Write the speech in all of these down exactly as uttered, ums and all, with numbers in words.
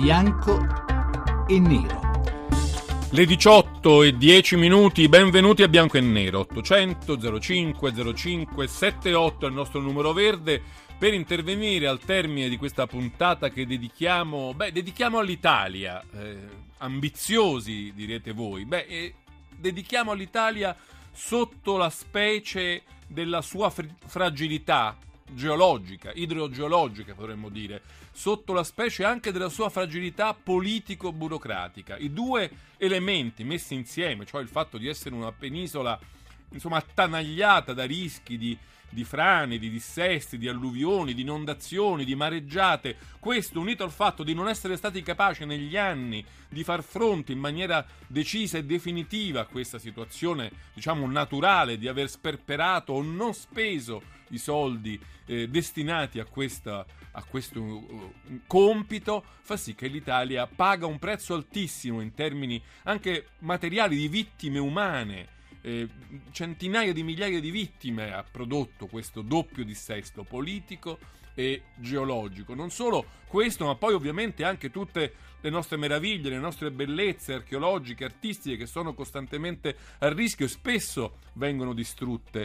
bianco e nero. Le diciotto e dieci minuti, benvenuti a Bianco e Nero. Ottocento zero cinque zero cinque settantotto è il nostro numero verde per intervenire al termine di questa puntata che dedichiamo, beh, dedichiamo all'Italia. Eh, ambiziosi, direte voi. Beh, eh, dedichiamo all'Italia sotto la specie della sua fr- fragilità geologica, idrogeologica potremmo dire, sotto la specie anche della sua fragilità politico-burocratica. I due elementi messi insieme, cioè il fatto di essere una penisola insomma attanagliata da rischi di, di frane, di dissesti, di alluvioni, di inondazioni, di mareggiate, questo unito al fatto di non essere stati capaci negli anni di far fronte in maniera decisa e definitiva a questa situazione, diciamo, naturale, di aver sperperato o non speso i soldi eh, destinati a, questa, a questo uh, compito, fa sì che l'Italia paga un prezzo altissimo in termini anche materiali, di vittime umane. Eh, centinaia di migliaia di vittime ha prodotto questo doppio dissesto politico e geologico. Non solo questo, ma poi ovviamente anche tutte le nostre meraviglie, le nostre bellezze archeologiche, artistiche, che sono costantemente a rischio e spesso vengono distrutte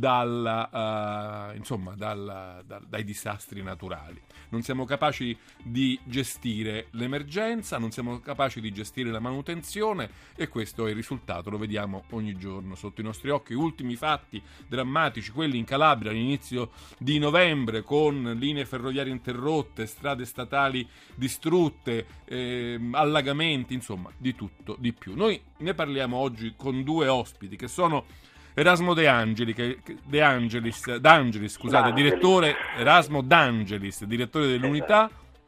dalla, uh, insomma, dalla, da, dai disastri naturali. Non siamo capaci di gestire l'emergenza, non siamo capaci di gestire la manutenzione, e questo è il risultato, lo vediamo ogni giorno sotto i nostri occhi. Ultimi fatti drammatici, quelli in Calabria all'inizio di novembre, con linee ferroviarie interrotte, strade statali distrutte, eh, allagamenti, insomma di tutto, di più. Noi ne parliamo oggi con due ospiti che sono Erasmo De Angeli, che, De Angelis, D'Angelis, scusate, D'Angelis. direttore Erasmo D'Angelis, direttore dell'Unità,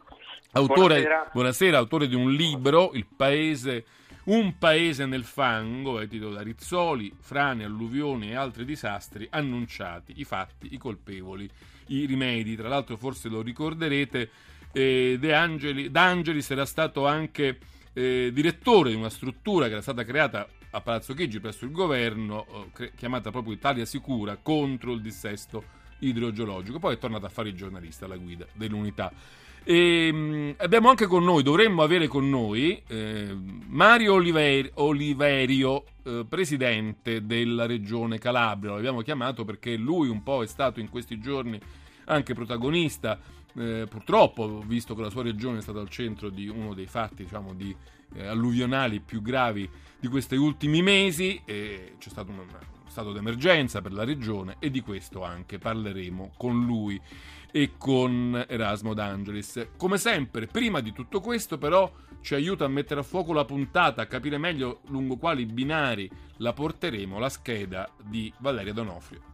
autore, buonasera. buonasera, autore di un libro, Il Paese, un paese nel fango, edito da Rizzoli, frane, alluvioni e altri disastri, annunciati, i fatti, i colpevoli, i rimedi. Tra l'altro, forse lo ricorderete, eh, De Angeli, D'Angelis era stato anche eh, direttore di una struttura che era stata creata a Palazzo Chigi presso il governo, eh, chiamata proprio Italia Sicura, contro il dissesto idrogeologico. Poi è tornato a fare il giornalista alla guida dell'Unità. E, mh, abbiamo anche con noi, dovremmo avere con noi eh, Mario Oliver, Oliverio, eh, presidente della regione Calabria. Lo abbiamo chiamato perché lui un po' è stato in questi giorni anche protagonista, eh, purtroppo, visto che la sua regione è stata al centro di uno dei fatti, diciamo, di eh, alluvionali più gravi di questi ultimi mesi. E c'è stato un, un stato d'emergenza per la regione, e di questo anche parleremo con lui e con Erasmo D'Angelis. Come sempre, prima di tutto questo però ci aiuta a mettere a fuoco la puntata, a capire meglio lungo quali binari la porteremo, la scheda di Valeria Donofrio.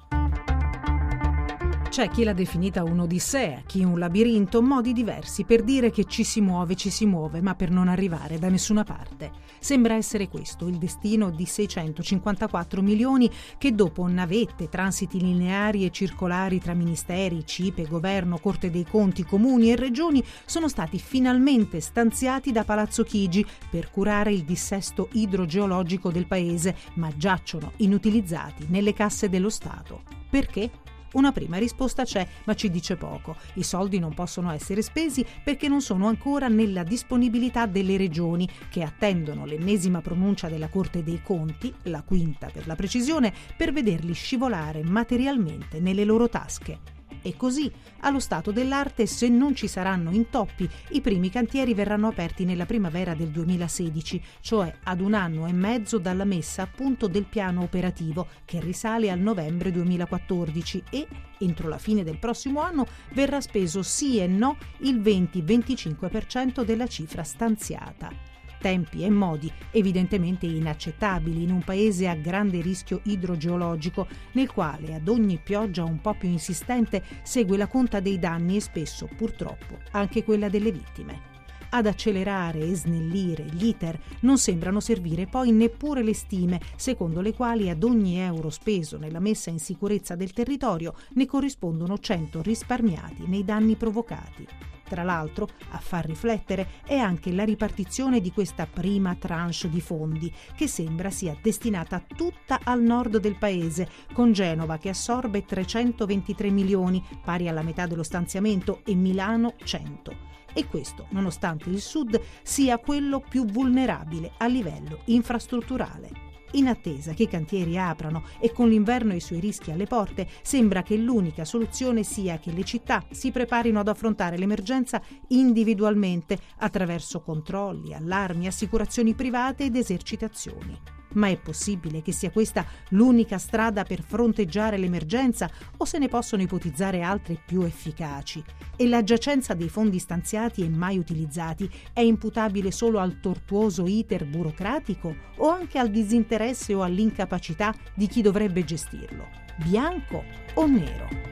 C'è chi l'ha definita un'odissea, chi un labirinto, modi diversi per dire che ci si muove, ci si muove, ma per non arrivare da nessuna parte. Sembra essere questo il destino di seicentocinquantaquattro milioni che, dopo navette, transiti lineari e circolari tra ministeri, C I P E, governo, Corte dei Conti, comuni e regioni, sono stati finalmente stanziati da Palazzo Chigi per curare il dissesto idrogeologico del paese, ma giacciono inutilizzati nelle casse dello Stato. Perché? Una prima risposta c'è, ma ci dice poco. I soldi non possono essere spesi perché non sono ancora nella disponibilità delle regioni, che attendono l'ennesima pronuncia della Corte dei Conti, la quinta per la precisione, per vederli scivolare materialmente nelle loro tasche. E così, allo stato dell'arte, se non ci saranno intoppi, i primi cantieri verranno aperti nella primavera del duemilasedici, cioè ad un anno e mezzo dalla messa a punto del piano operativo, che risale al novembre duemilaquattordici, e entro la fine del prossimo anno verrà speso sì e no il venti-venticinque per cento della cifra stanziata. Tempi e modi evidentemente inaccettabili in un paese a grande rischio idrogeologico, nel quale ad ogni pioggia un po' più insistente segue la conta dei danni e spesso, purtroppo, anche quella delle vittime. Ad accelerare e snellire gli iter non sembrano servire poi neppure le stime, secondo le quali ad ogni euro speso nella messa in sicurezza del territorio ne corrispondono cento risparmiati nei danni provocati. Tra l'altro, a far riflettere è anche la ripartizione di questa prima tranche di fondi, che sembra sia destinata tutta al nord del paese, con Genova che assorbe trecentoventitré milioni, pari alla metà dello stanziamento, e Milano cento. E questo nonostante il sud sia quello più vulnerabile a livello infrastrutturale. In attesa che i cantieri aprano e con l'inverno e i suoi rischi alle porte, sembra che l'unica soluzione sia che le città si preparino ad affrontare l'emergenza individualmente attraverso controlli, allarmi, assicurazioni private ed esercitazioni. Ma è possibile che sia questa l'unica strada per fronteggiare l'emergenza o se ne possono ipotizzare altre più efficaci? E la giacenza dei fondi stanziati e mai utilizzati è imputabile solo al tortuoso iter burocratico o anche al disinteresse o all'incapacità di chi dovrebbe gestirlo? Bianco o nero?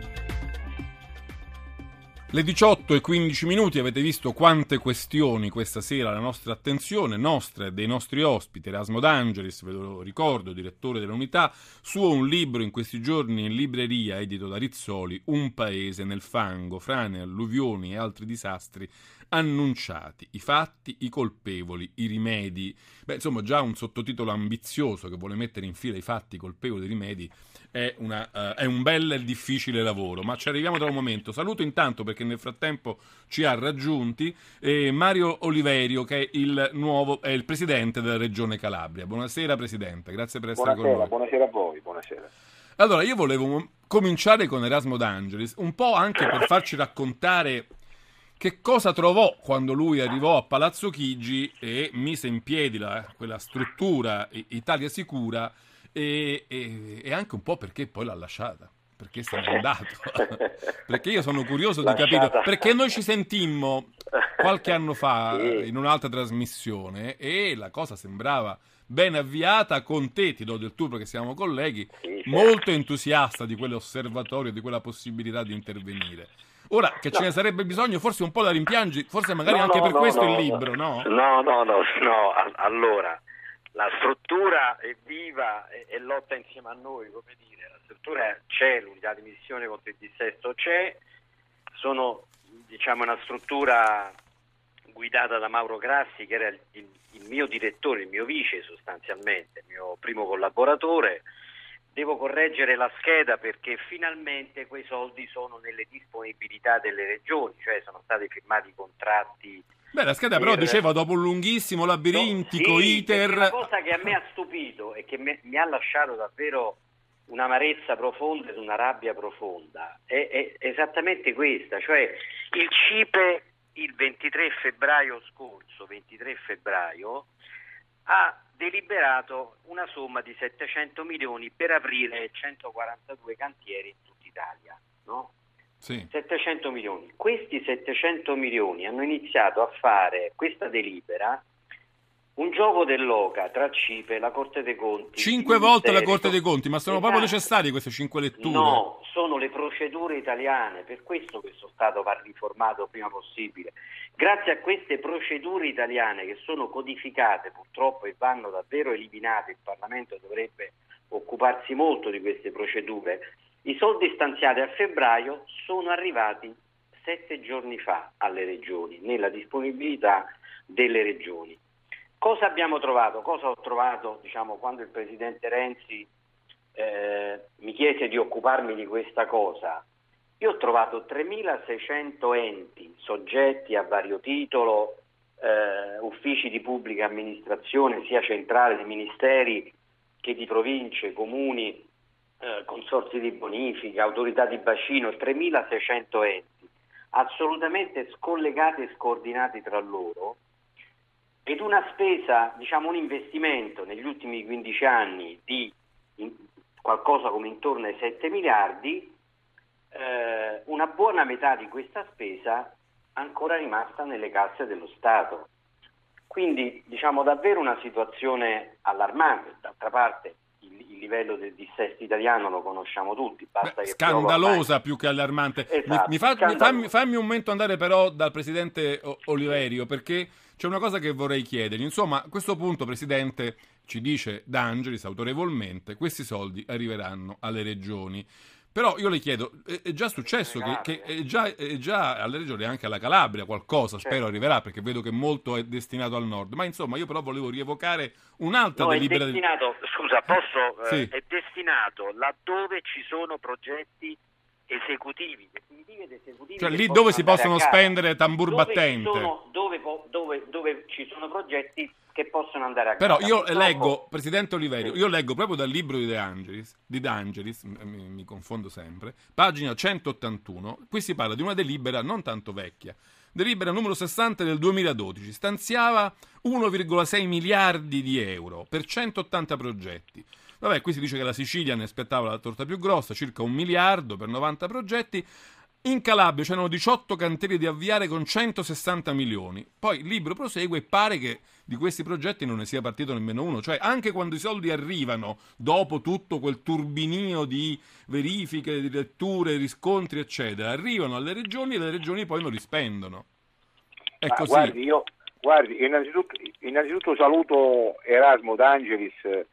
Le diciotto e quindici minuti, avete visto quante questioni questa sera alla nostra attenzione, nostra e dei nostri ospiti. Erasmo D'Angelis, ve lo ricordo, direttore dell'Unità, suo un libro in questi giorni in libreria, edito da Rizzoli, Un paese nel fango, frane, alluvioni e altri disastri annunciati, i fatti, i colpevoli, i rimedi. Beh, insomma, già un sottotitolo ambizioso che vuole mettere in fila i fatti, i colpevoli, i rimedi è, una, uh, è un bel e difficile lavoro, ma ci arriviamo tra un momento. Saluto intanto, perché nel frattempo ci ha raggiunti, eh, Mario Oliverio, che è il nuovo è il presidente della Regione Calabria. Buonasera Presidente, grazie per essere buonasera, con noi. Buonasera a voi, buonasera. Allora, io volevo cominciare con Erasmo D'Angelis, un po' anche per farci raccontare che cosa trovò quando lui arrivò a Palazzo Chigi e mise in piedi la, quella struttura Italia Sicura, e, e, e anche un po' perché poi l'ha lasciata, perché se n'è andato. Perché io sono curioso di capire, perché noi ci sentimmo qualche anno fa sì. in un'altra trasmissione e la cosa sembrava ben avviata, con te, ti do del tu perché siamo colleghi, sì, certo. molto entusiasta di quell'osservatorio, di quella possibilità di intervenire. Ora che no. ce ne sarebbe bisogno, forse un po' la rimpiangi, forse magari no, anche no, per no, questo no, il libro, no? No, no, no, no. Allora, la struttura è viva e, e lotta insieme a noi, come dire, la struttura c'è, l'unità di missione contro il dissesto c'è, sono, diciamo, una struttura guidata da Mauro Grassi, che era il, il, il mio direttore, il mio vice sostanzialmente, il mio primo collaboratore. Devo correggere la scheda perché finalmente quei soldi sono nelle disponibilità delle regioni, cioè sono stati firmati contratti. Beh, la scheda per... però diceva dopo un lunghissimo labirintico no, sì, iter. La cosa che a me ha stupito e che me, mi ha lasciato davvero un'amarezza profonda ed una rabbia profonda è, è esattamente questa, cioè il CIPE il ventitré febbraio scorso, ventitré febbraio, ha deliberato una somma di settecento milioni per aprire centoquarantadue cantieri in tutta Italia, no? Sì. settecento milioni. Questi settecento milioni hanno iniziato a fare questa delibera un gioco dell'oca tra CIPE, la Corte dei Conti. Cinque volte la Corte dei Conti, ma sono esatto. proprio necessarie queste cinque letture? No, sono le procedure italiane, per questo questo Stato va riformato il prima possibile. Grazie a queste procedure italiane che sono codificate purtroppo e vanno davvero eliminate, il Parlamento dovrebbe occuparsi molto di queste procedure, i soldi stanziati a febbraio sono arrivati sette giorni fa alle regioni, nella disponibilità delle regioni. Cosa abbiamo trovato? Cosa ho trovato, diciamo, quando il Presidente Renzi eh, mi chiese di occuparmi di questa cosa? Io ho trovato tremilaseicento enti, soggetti a vario titolo, eh, uffici di pubblica amministrazione, sia centrali, di ministeri che di province, comuni, eh, consorzi di bonifica, autorità di bacino, tremilaseicento enti, assolutamente scollegati e scordinati tra loro, ed una spesa, diciamo un investimento negli ultimi quindici anni di in, qualcosa come intorno ai sette miliardi, eh, una buona metà di questa spesa ancora rimasta nelle casse dello Stato. Quindi diciamo davvero una situazione allarmante. D'altra parte il, il livello del dissesto italiano lo conosciamo tutti. Basta Beh, che scandalosa più che allarmante. Esatto, mi, mi, fa, mi fammi, fammi un momento andare però dal Presidente Oliverio, perché c'è una cosa che vorrei chiedergli. Insomma, a questo punto, Presidente, ci dice D'Angelis autorevolmente, questi soldi arriveranno alle regioni. Però io le chiedo, è, è già successo che, che è, già, è già alle regioni, anche alla Calabria, qualcosa, certo. Spero arriverà, perché vedo che molto è destinato al nord. Ma insomma, io però volevo rievocare un'altra no, delibera. È destinato, del... scusa, posso? Sì. Eh, è destinato laddove ci sono progetti esecutivi, definitivi ed esecutivi. Cioè lì dove si possono spendere tambur dove battente. Ci sono, dove, dove, dove ci sono progetti che possono andare a Però casa. io Purtroppo... leggo, Presidente Oliverio, sì. io leggo proprio dal libro di De Angelis, di De Angelis, mi, mi confondo sempre, pagina centottantuno, qui si parla di una delibera non tanto vecchia, delibera numero sessanta del duemiladodici, stanziava uno virgola sei miliardi di euro per centottanta progetti. Vabbè, qui si dice che la Sicilia ne aspettava la torta più grossa, circa un miliardo per novanta progetti. In Calabria c'erano diciotto cantieri da avviare con centosessanta milioni. Poi il libro prosegue e pare che di questi progetti non ne sia partito nemmeno uno. Cioè, anche quando i soldi arrivano, dopo tutto quel turbinio di verifiche, di letture, riscontri, eccetera, arrivano alle regioni e le regioni poi non li spendono. È Ma così. Guardi, io, guardi innanzitutto, innanzitutto saluto Erasmo D'Angelis.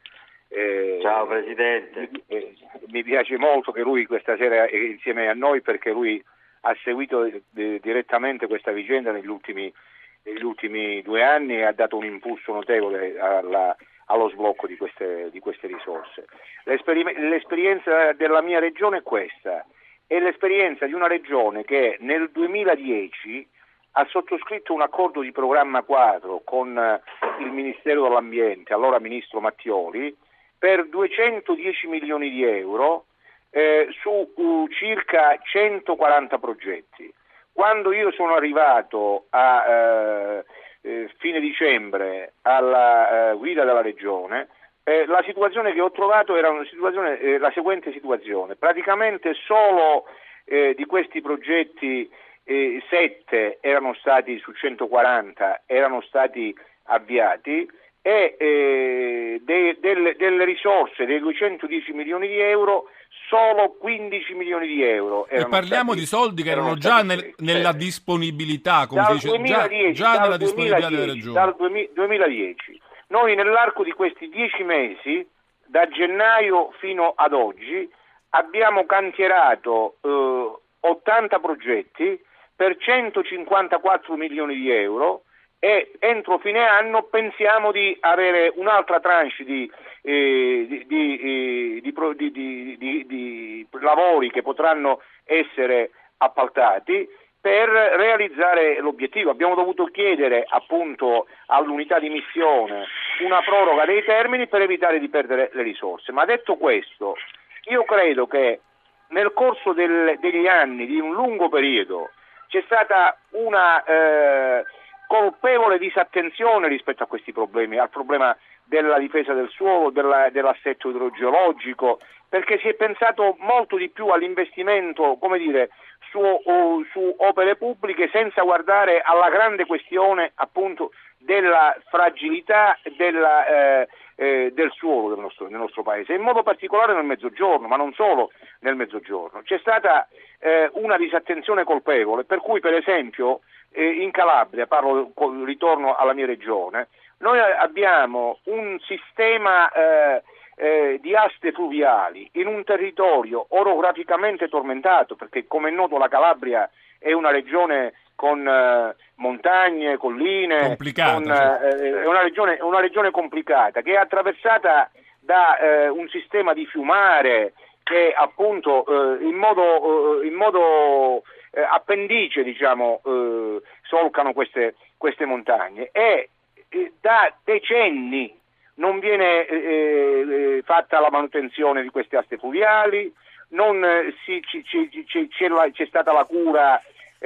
Eh, Ciao Presidente. Eh, mi piace molto che lui questa sera è insieme a noi, perché lui ha seguito eh, direttamente questa vicenda negli ultimi, negli ultimi due anni e ha dato un impulso notevole alla, allo sblocco di queste, di queste risorse. L'esper- l'esperienza della mia regione è questa, è l'esperienza di una regione che nel duemiladieci ha sottoscritto un accordo di programma quadro con il Ministero dell'Ambiente, allora Ministro Mattioli, per duecentodieci milioni di euro eh, su uh, circa centoquaranta progetti. Quando io sono arrivato a eh, eh, fine dicembre alla eh, guida della regione, eh, la situazione che ho trovato era una situazione, eh, la seguente situazione: praticamente solo eh, di questi progetti eh, sette erano stati su centoquaranta erano stati avviati, e eh, de, delle, delle risorse dei duecentodieci milioni di euro solo quindici milioni di euro erano e parliamo stati, di soldi che erano, erano già nel, nella disponibilità, come dal si dice, duemiladieci, già, già nella duemiladieci, disponibilità delle regioni. Dal duemiladieci. Noi nell'arco di questi dieci mesi, da gennaio fino ad oggi, abbiamo cantierato eh, ottanta progetti per centocinquantaquattro milioni di euro, e entro fine anno pensiamo di avere un'altra tranche di, eh, di, di, di, di, di, di lavori che potranno essere appaltati per realizzare l'obiettivo. Abbiamo dovuto chiedere appunto all'unità di missione una proroga dei termini per evitare di perdere le risorse. Ma detto questo, io credo che nel corso del, degli anni, di un lungo periodo, c'è stata una eh, colpevole disattenzione rispetto a questi problemi, al problema della difesa del suolo, della, dell'assetto idrogeologico, perché si è pensato molto di più all'investimento, come dire, su, uh, su opere pubbliche, senza guardare alla grande questione appunto della fragilità della, eh, eh, del suolo del nostro, del nostro paese, in modo particolare nel Mezzogiorno, ma non solo nel Mezzogiorno. C'è stata eh, una disattenzione colpevole, per cui per esempio eh, in Calabria, parlo, ritorno alla mia regione, noi abbiamo un sistema eh, eh, di aste fluviali in un territorio orograficamente tormentato, perché come è noto la Calabria è una regione con eh, montagne, colline, complicata, con, cioè. eh, è una regione, una regione complicata, che è attraversata da eh, un sistema di fiumare che appunto eh, in modo, eh, in modo eh, appendice, diciamo, eh, solcano queste, queste montagne, e eh, da decenni non viene eh, eh, fatta la manutenzione di queste aste fluviali, non eh, si, ci, ci, ci, c'è, la, c'è stata la cura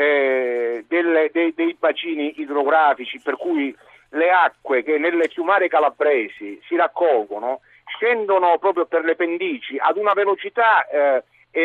eh, delle, dei, dei bacini idrografici, per cui le acque che nelle fiumare calabresi si raccolgono scendono proprio per le pendici ad una velocità eh,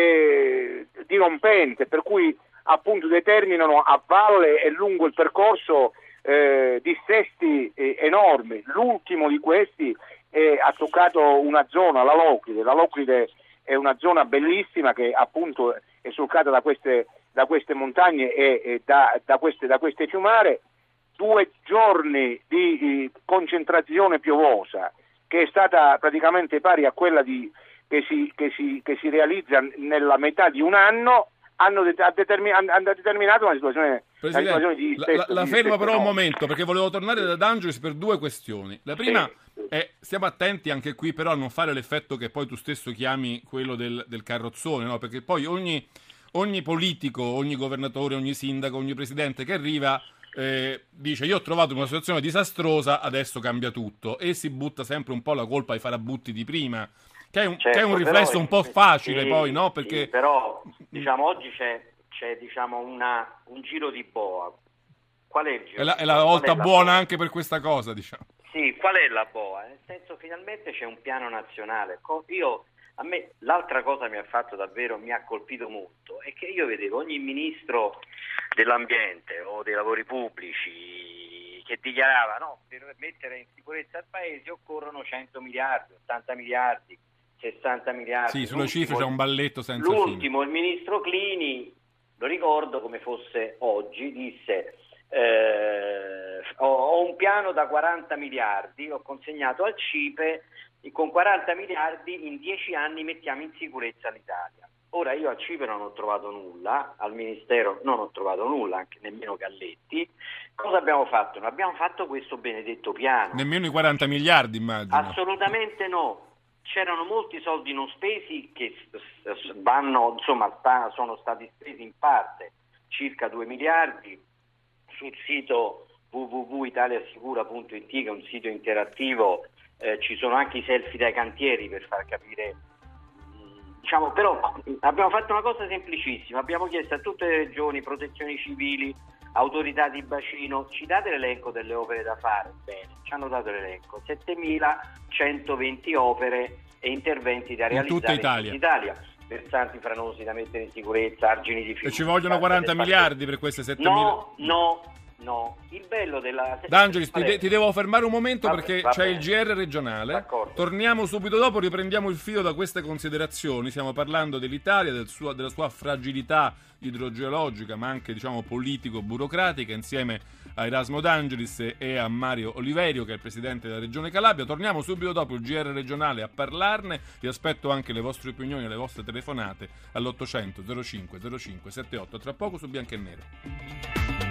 eh, dirompente, per cui appunto determinano a valle e lungo il percorso eh, dissesti eh, enormi. L'ultimo di questi eh, ha toccato una zona, la Locride. La Locride è una zona bellissima che appunto è solcata da queste, da queste montagne e, e da, da, queste, da queste fiumare. Due giorni di, di concentrazione piovosa, che è stata praticamente pari a quella di, che si, che si, che si realizza nella metà di un anno hanno, det- ha determin- hanno determinato una situazione, una situazione di la, stesso, la, la di fermo però un economico. momento, perché volevo tornare da D'Angelis per due questioni. La prima Sì. è, stiamo attenti anche qui però a non fare l'effetto che poi tu stesso chiami quello del, del carrozzone, no? Perché poi ogni, ogni politico, ogni governatore, ogni sindaco, ogni presidente che arriva eh, dice io ho trovato una situazione disastrosa, adesso cambia tutto, e si butta sempre un po' la colpa ai farabutti di prima, che è un, Certo, che è un riflesso però, un po' facile sì, poi, no? Perché sì, però diciamo oggi c'è, c'è diciamo una, un giro di boa. Qual è il giro? è la, di è la boa? volta Qual è la buona boa? anche per questa cosa, diciamo. Sì, qual è la boa? Nel senso, finalmente c'è un piano nazionale. Co- Io, a me, l'altra cosa mi ha fatto davvero, mi ha colpito molto, è che io vedevo ogni ministro dell'ambiente o dei lavori pubblici che dichiarava no, per mettere in sicurezza il paese occorrono cento miliardi, ottanta miliardi, sessanta miliardi. Sì, sulle L'ultimo- cifre c'è un balletto senza fine. L'ultimo, il ministro Clini, lo ricordo come fosse oggi, disse eh, ho, ho un piano da quaranta miliardi, l'ho consegnato al CIPE e con quaranta miliardi in dieci anni mettiamo in sicurezza l'Italia. Ora io al CIPE non ho trovato nulla, al Ministero non ho trovato nulla, anche nemmeno Galletti. Cosa abbiamo fatto? Non abbiamo fatto questo benedetto piano. Nemmeno i quaranta miliardi, immagino. Assolutamente no. C'erano molti soldi non spesi che vanno, insomma, sta, sono stati spesi in parte, circa due miliardi. Sul sito w w w punto italiasicura punto it, che è un sito interattivo, eh, ci sono anche i selfie dai cantieri per far capire. Diciamo, però abbiamo fatto una cosa semplicissima, abbiamo chiesto a tutte le regioni, protezioni civili, autorità di bacino, ci date l'elenco delle opere da fare? Bene, ci hanno dato l'elenco, settemilacentoventi opere e interventi da In realizzare tutta Italia. in Italia, versanti franosi da mettere in sicurezza, argini di fiume. E ci vogliono quaranta miliardi per queste settemila. No, no, no, il bello della... D'Angelis, ti, de- ti devo fermare un momento Va perché bene, va c'è bene. il G R regionale. D'accordo. Torniamo subito dopo, riprendiamo il filo da queste considerazioni. Stiamo parlando dell'Italia, del suo- della sua fragilità idrogeologica, ma anche diciamo politico-burocratica, insieme a Erasmo D'Angelis e a Mario Oliverio, che è il presidente della Regione Calabria. Torniamo subito dopo il G R regionale a parlarne. Vi aspetto anche le vostre opinioni e le vostre telefonate all'ottocento zero cinque zero cinque settantotto. Tra poco su Bianco e Nero.